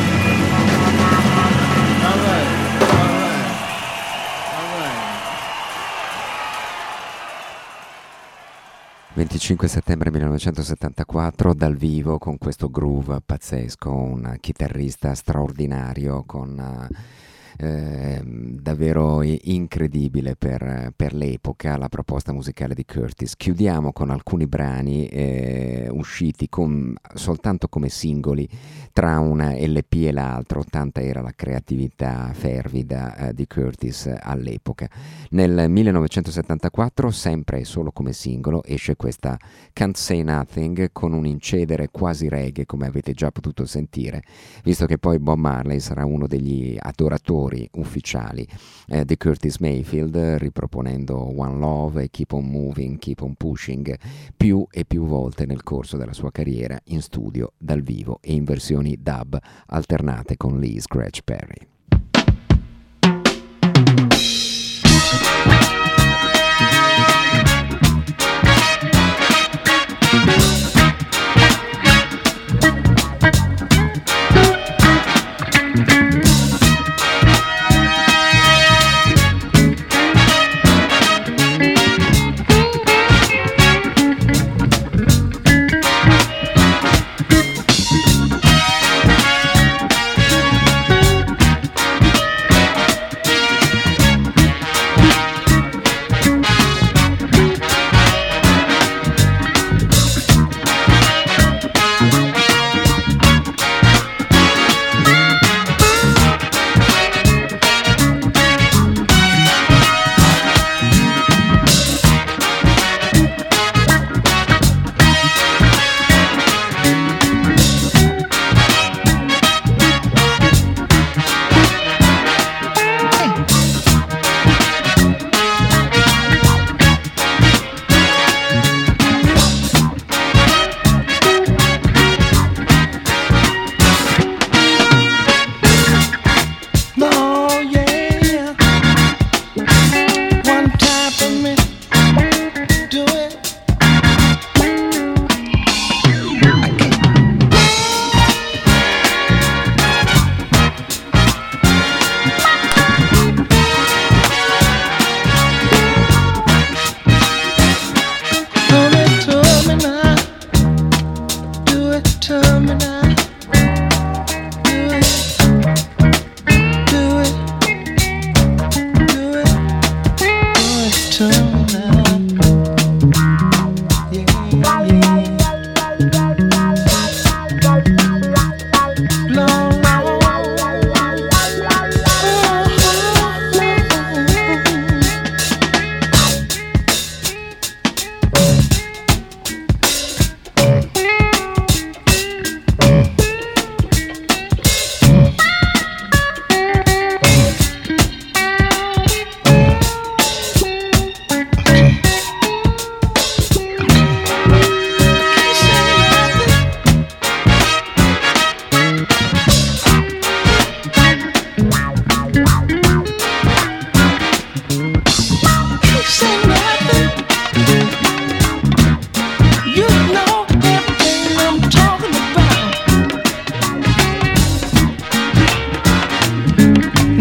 25 settembre 1974, dal vivo, con questo groove pazzesco, un chitarrista straordinario con davvero incredibile per l'epoca la proposta musicale di Curtis. Chiudiamo con alcuni brani usciti soltanto come singoli tra una LP e l'altro, tanta era la creatività fervida di Curtis all'epoca. Nel 1974, sempre e solo come singolo, esce questa Can't Say Nothing, con un incedere quasi reggae, come avete già potuto sentire, visto che poi Bob Marley sarà uno degli adoratori ufficiali di Curtis Mayfield, riproponendo One Love e Keep on Moving, Keep on Pushing più e più volte nel corso della sua carriera, in studio, dal vivo e in versioni dub alternate con Lee Scratch Perry.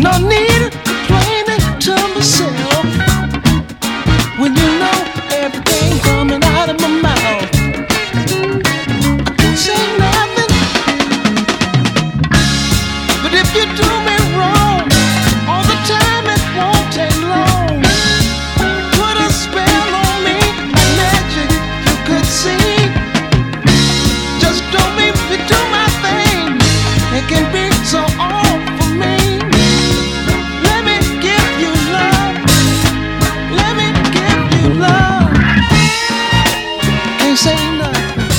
No need complaining to myself when you know everything coming out of my mouth. I can't say nothing, but if you do me wrong all the time, it won't take long. Put a spell on me, like magic you could see. Just do me, you do my thing. It can be so all for me. Let me give you love. Let me give you love. Can't say nothing.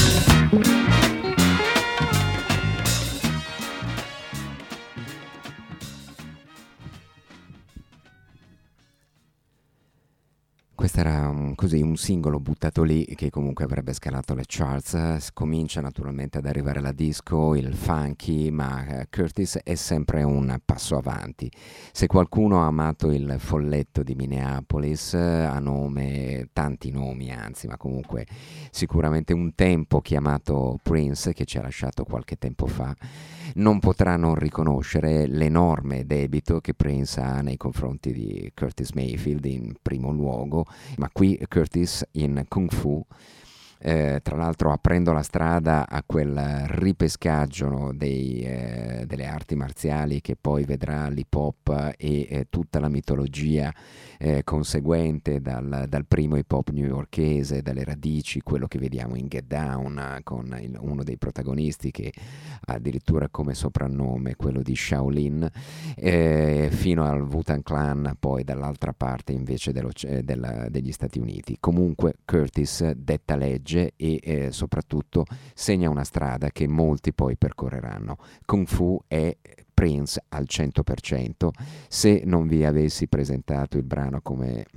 Questo era un singolo buttato lì che comunque avrebbe scalato le charts. Comincia naturalmente ad arrivare la disco, il funky, ma Curtis è sempre un passo avanti. Se qualcuno ha amato il folletto di Minneapolis, a nome, tanti nomi anzi, ma comunque sicuramente un tempo chiamato Prince, che ci ha lasciato qualche tempo fa, non potrà non riconoscere l'enorme debito che Prince ha nei confronti di Curtis Mayfield in primo luogo, ma qui Curtis in Kung Fu, tra l'altro aprendo la strada a quel ripescaggio delle arti marziali che poi vedrà l'hip hop e tutta la mitologia conseguente dal primo hip hop newyorkese, dalle radici, quello che vediamo in Get Down con uno dei protagonisti che ha addirittura come soprannome quello di Shaolin, fino al Wu-Tang Clan poi dall'altra parte invece degli Stati Uniti. Comunque Curtis detta legge e soprattutto segna una strada che molti poi percorreranno. Kung Fu è Prince al 100%. Se non vi avessi presentato il brano come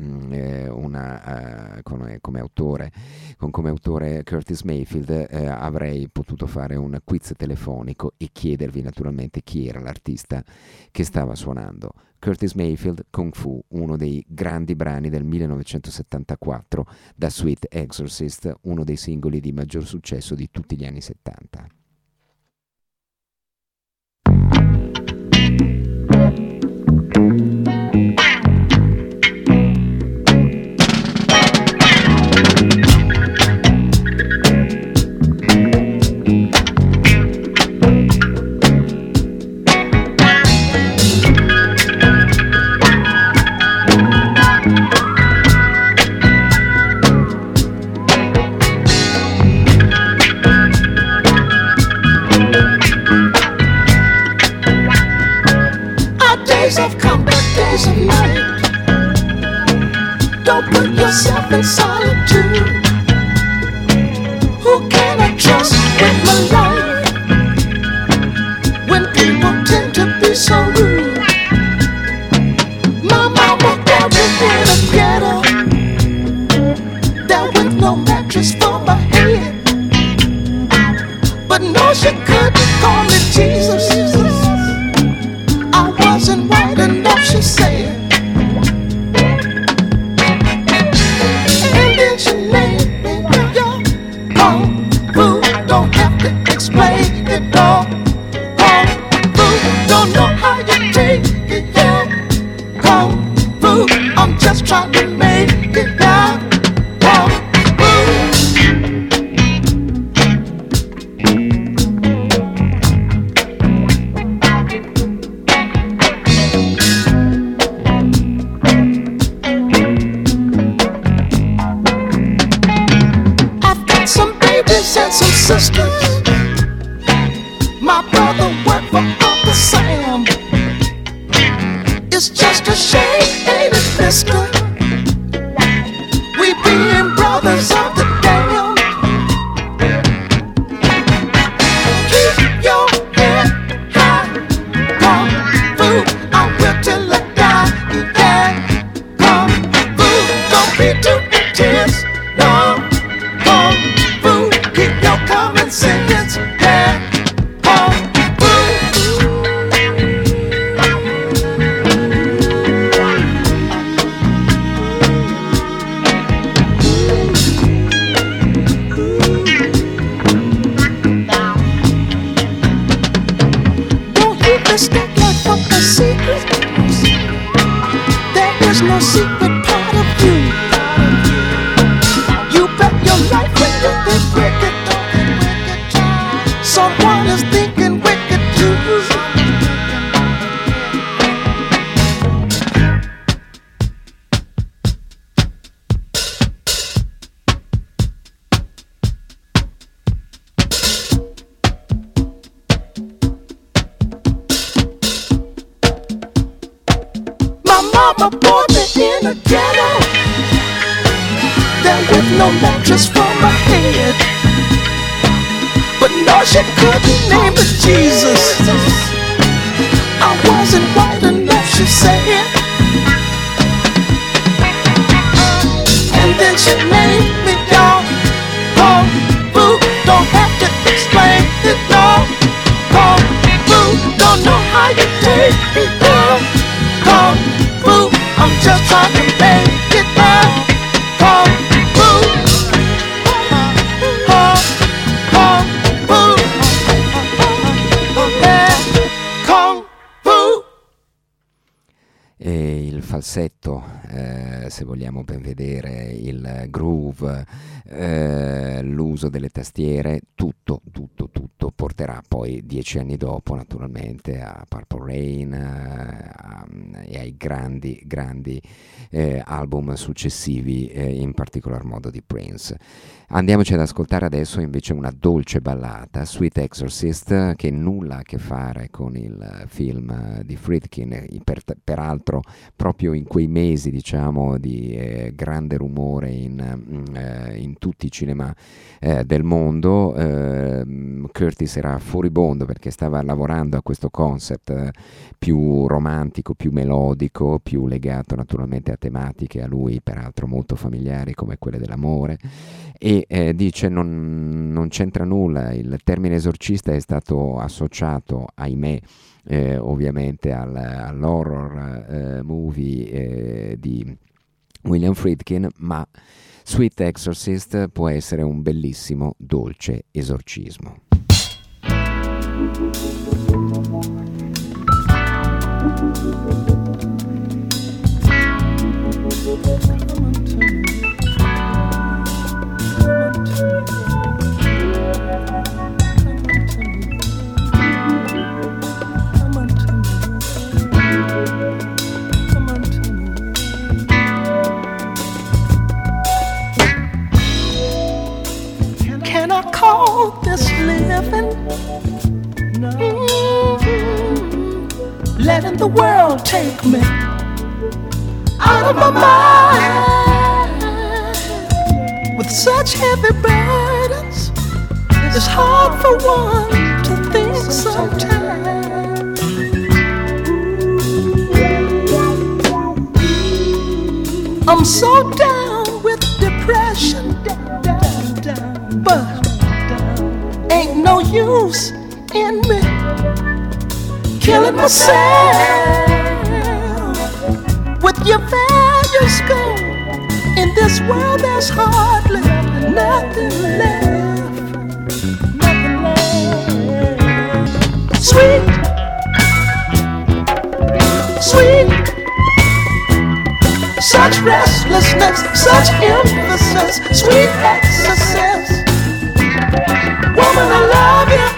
autore Curtis Mayfield, avrei potuto fare un quiz telefonico e chiedervi naturalmente chi era l'artista che stava suonando. Curtis Mayfield, Kung Fu, uno dei grandi brani del 1974 da Sweet Exorcist, uno dei singoli di maggior successo di tutti gli anni 70. Of comfort, days of night. Don't put yourself in solitude. Who can I trust with my life when people tend to be so rude? My mama buried in a ghetto, there with no mattress for my head, but no, she couldn't call me Jesus. I wasn't white enough, she said. And then she made me your Kung Fu. Don't have to explain it all. Kung Fu, don't know how you take it, yeah. Kung Fu, I'm just trying to make it out. Kung Fu. And some sisters. My brother worked for Uncle Sam. It's just a shame, ain't it, mister? We being brothers of the damn. Keep your head high. Kung Fu, I will till I die. Yeah. Kung Fu, don't be too intense. No. Kung Fu, keep your common sense. Yeah. Kung Fu. Don't you mistake life for a secret. There is no secret part of you. You bet your life when you think wicked. Someone is thinking wicked too. Mama born me in a ghetto, there with no mattress for my head. But no, she couldn't name it Jesus. I wasn't white enough, she said. And then she named me Dog Kung Fu. Don't have to explain it, no. Kung Fu, don't know how you take it down. Kung Fu, I'm just trying to make it down. Kung Fu, Kung Fu, Kung Fu. E il falsetto, se vogliamo ben vedere, il groove, l'uso delle tastiere, tutto porterà poi 10 anni dopo naturalmente a Purple Rain e ai grandi album successivi, in particolar modo di Prince. Andiamoci ad ascoltare adesso invece una dolce ballata, Sweet Exorcist, che nulla a che fare con il film di Friedkin, peraltro proprio in quei mesi, diciamo, di grande rumore in tutti i cinema del mondo. Curtis era furibondo perché stava lavorando a questo concept più romantico, più melodico, più legato naturalmente a tematiche a lui peraltro molto familiari come quelle dell'amore, e dice non c'entra nulla, il termine esorcista è stato associato, ahimè, ovviamente all'horror movie di William Friedkin, ma Sweet Exorcist può essere un bellissimo dolce esorcismo. Can I call this living? Letting the world take me out of my mind. With such heavy burdens, it's hard for one to think sometimes. I'm so down with depression, but ain't no use in me killing myself. With your values gone, in this world there's hardly nothing left. Nothing left. Sweet, sweet, such restlessness, such emphasis, sweet exorcist. Woman, I love you.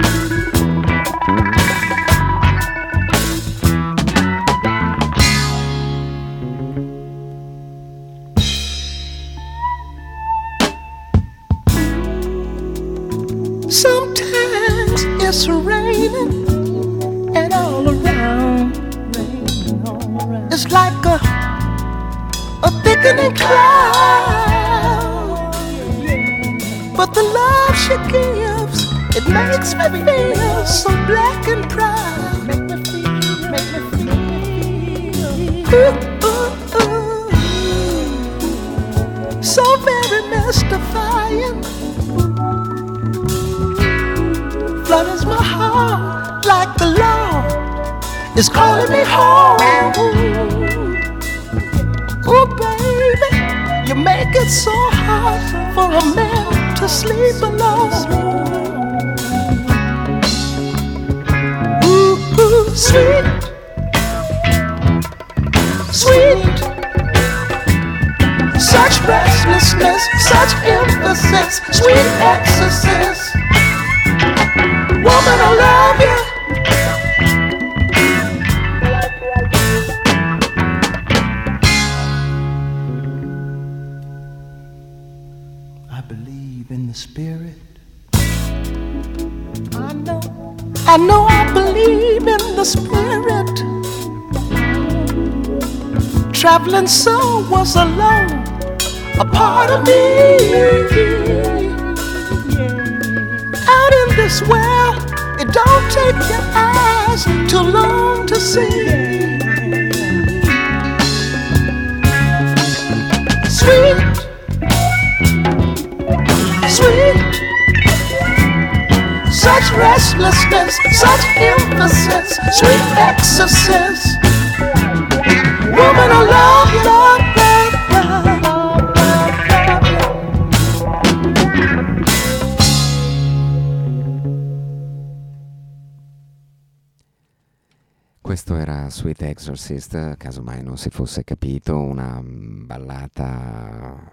Sometimes it's raining and all around, it's like a thickening cloud. But the love she gives, it makes me feel so black and proud. Make me feel. Ooh, ooh, ooh. So very mystifying. Flutters my heart like the Lord is calling me home. Oh baby, you make it so hard for a man to sleep alone. Ooh, ooh, sweet, sweet restlessness, such emphasis, sweet exorcist. Woman, I love you. I believe in the spirit. I know I believe in the spirit. Traveling soul was alone, a part of me. Out in this world, it don't take your eyes too long to see. Sweet, sweet, such restlessness, such emphasis, sweet exorcist. Woman, I love you, love, love, love, love, love, love. Questo era Sweet Exorcist, casomai non si fosse capito, una ballata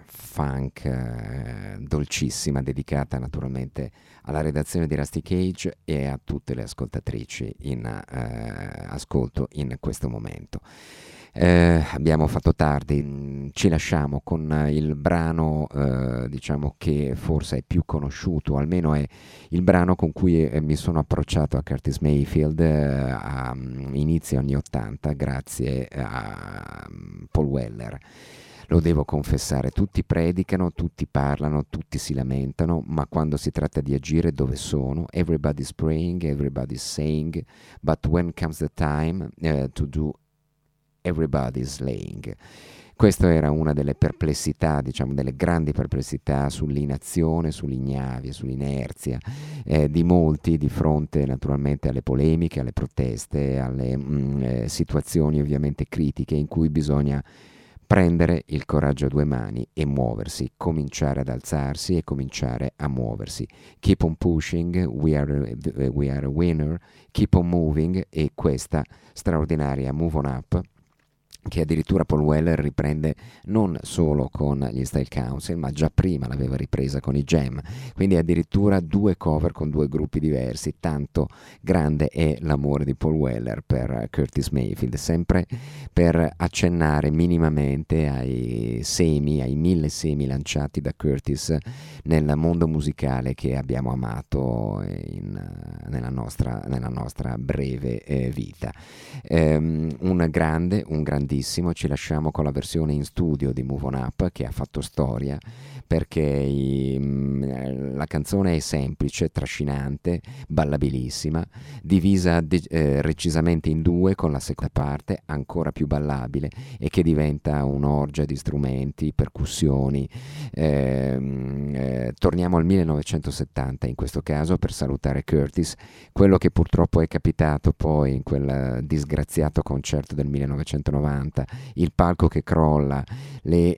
funk dolcissima, dedicata naturalmente alla redazione di Rusty Cage e a tutte le ascoltatrici in ascolto in questo momento. Abbiamo fatto tardi, ci lasciamo con il brano diciamo che forse è più conosciuto, almeno è il brano con cui mi sono approcciato a Curtis Mayfield a inizio anni 80 grazie a Paul Weller. Lo devo confessare, tutti predicano, tutti parlano, tutti si lamentano, ma quando si tratta di agire dove sono? Everybody's praying, everybody's saying, but when comes the time to do, everybody's laying. Questa era una delle perplessità, diciamo delle grandi perplessità sull'inazione, sull'ignavia, sull'inerzia di molti di fronte naturalmente alle polemiche, alle proteste, alle situazioni ovviamente critiche in cui bisogna prendere il coraggio a due mani e muoversi, cominciare ad alzarsi e cominciare a muoversi. Keep on pushing, we are a winner, keep on moving, e questa straordinaria Move On Up, che addirittura Paul Weller riprende non solo con gli Style Council, ma già prima l'aveva ripresa con i Jam, quindi addirittura due cover con due gruppi diversi. Tanto grande è l'amore di Paul Weller per Curtis Mayfield, sempre per accennare minimamente ai 1000 semi lanciati da Curtis nel mondo musicale che abbiamo amato nella nostra breve vita. Un grandissimo, ci lasciamo con la versione in studio di Move On Up, che ha fatto storia perché la canzone è semplice, trascinante, ballabilissima, divisa recisamente in due, con la seconda parte ancora più ballabile e che diventa un'orgia di strumenti, percussioni. Torniamo al 1970 in questo caso per salutare Curtis, quello che purtroppo è capitato poi in quel disgraziato concerto del 1990, il palco che crolla, le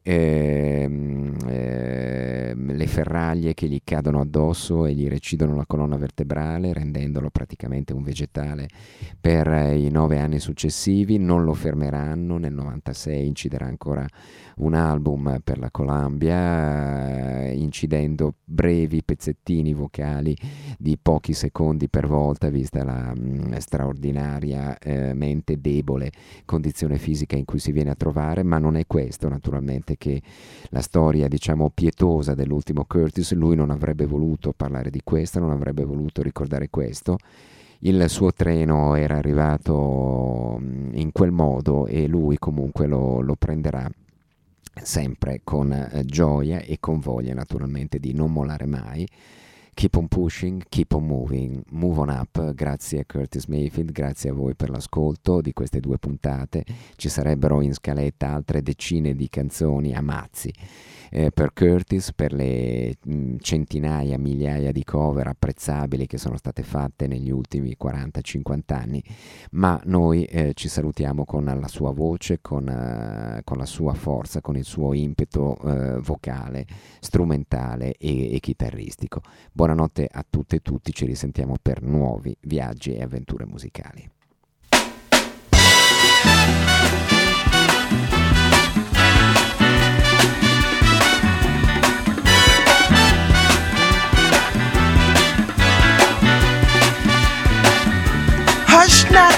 ferraglie che gli cadono addosso e gli recidono la colonna vertebrale, rendendolo praticamente un vegetale per i 9 anni successivi. Non lo fermeranno, nel 96 inciderà ancora un album per la Columbia, incidendo brevi pezzettini vocali di pochi secondi per volta, vista la straordinariamente debole condizione fisica in cui si viene a trovare. Ma non è questo naturalmente che la storia, diciamo, pietosa dell'ultimo Curtis. Lui non avrebbe voluto parlare di questo, non avrebbe voluto ricordare questo. Il suo treno era arrivato in quel modo e lui comunque lo prenderà sempre con gioia e con voglia naturalmente di non mollare mai. Keep on pushing, keep on moving, move on up. Grazie a Curtis Mayfield, grazie a voi per l'ascolto di queste 2 puntate. Ci sarebbero in scaletta altre decine di canzoni a mazzi per Curtis, per le centinaia, migliaia di cover apprezzabili che sono state fatte negli ultimi 40-50 anni, ma noi ci salutiamo con la sua voce, con la sua forza, con il suo impeto vocale, strumentale e chitarristico. Buonanotte a tutte e tutti, ci risentiamo per nuovi viaggi e avventure musicali.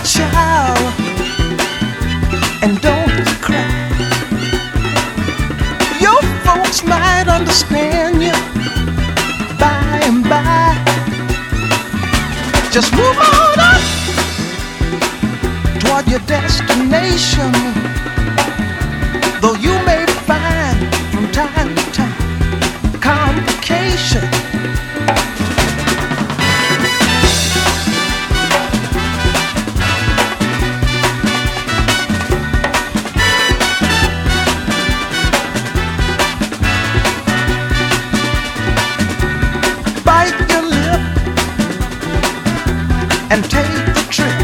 child, and don't cry. Your folks might understand you by and by. Just move on up toward your destination, though you may find from time to time complication. Bite your lip and take the trip,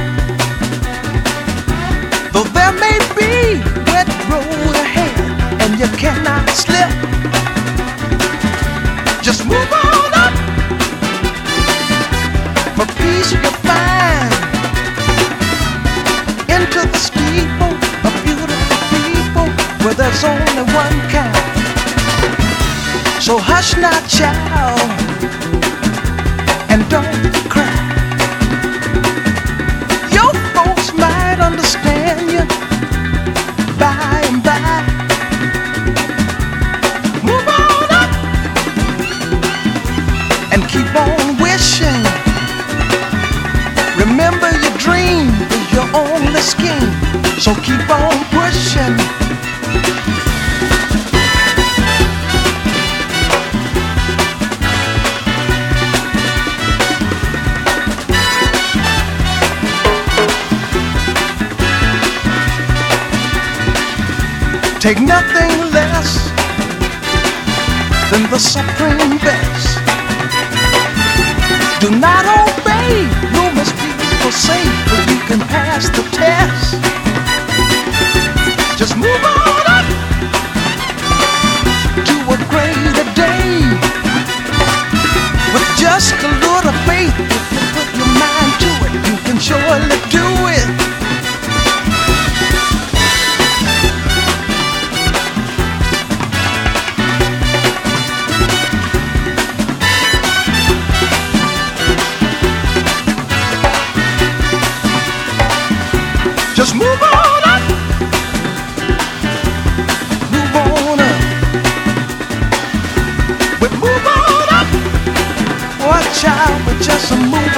though there may be wet road ahead and you cannot slip. Just move on up for peace you'll find into the steeple of beautiful people where there's only one kind. So hush not, child, and don't cry. Your folks might understand you by and by. Move on up and keep on wishing. Remember your dream is your only scheme, so keep on pushing. Take nothing less than the supreme best. Do not obey rumors people say, but you can pass the test. Just move on up to a greater day. With just a little faith, if you put your mind to it, you can surely do it. Just move on up, move on up, but move on up. Watch out, but just a move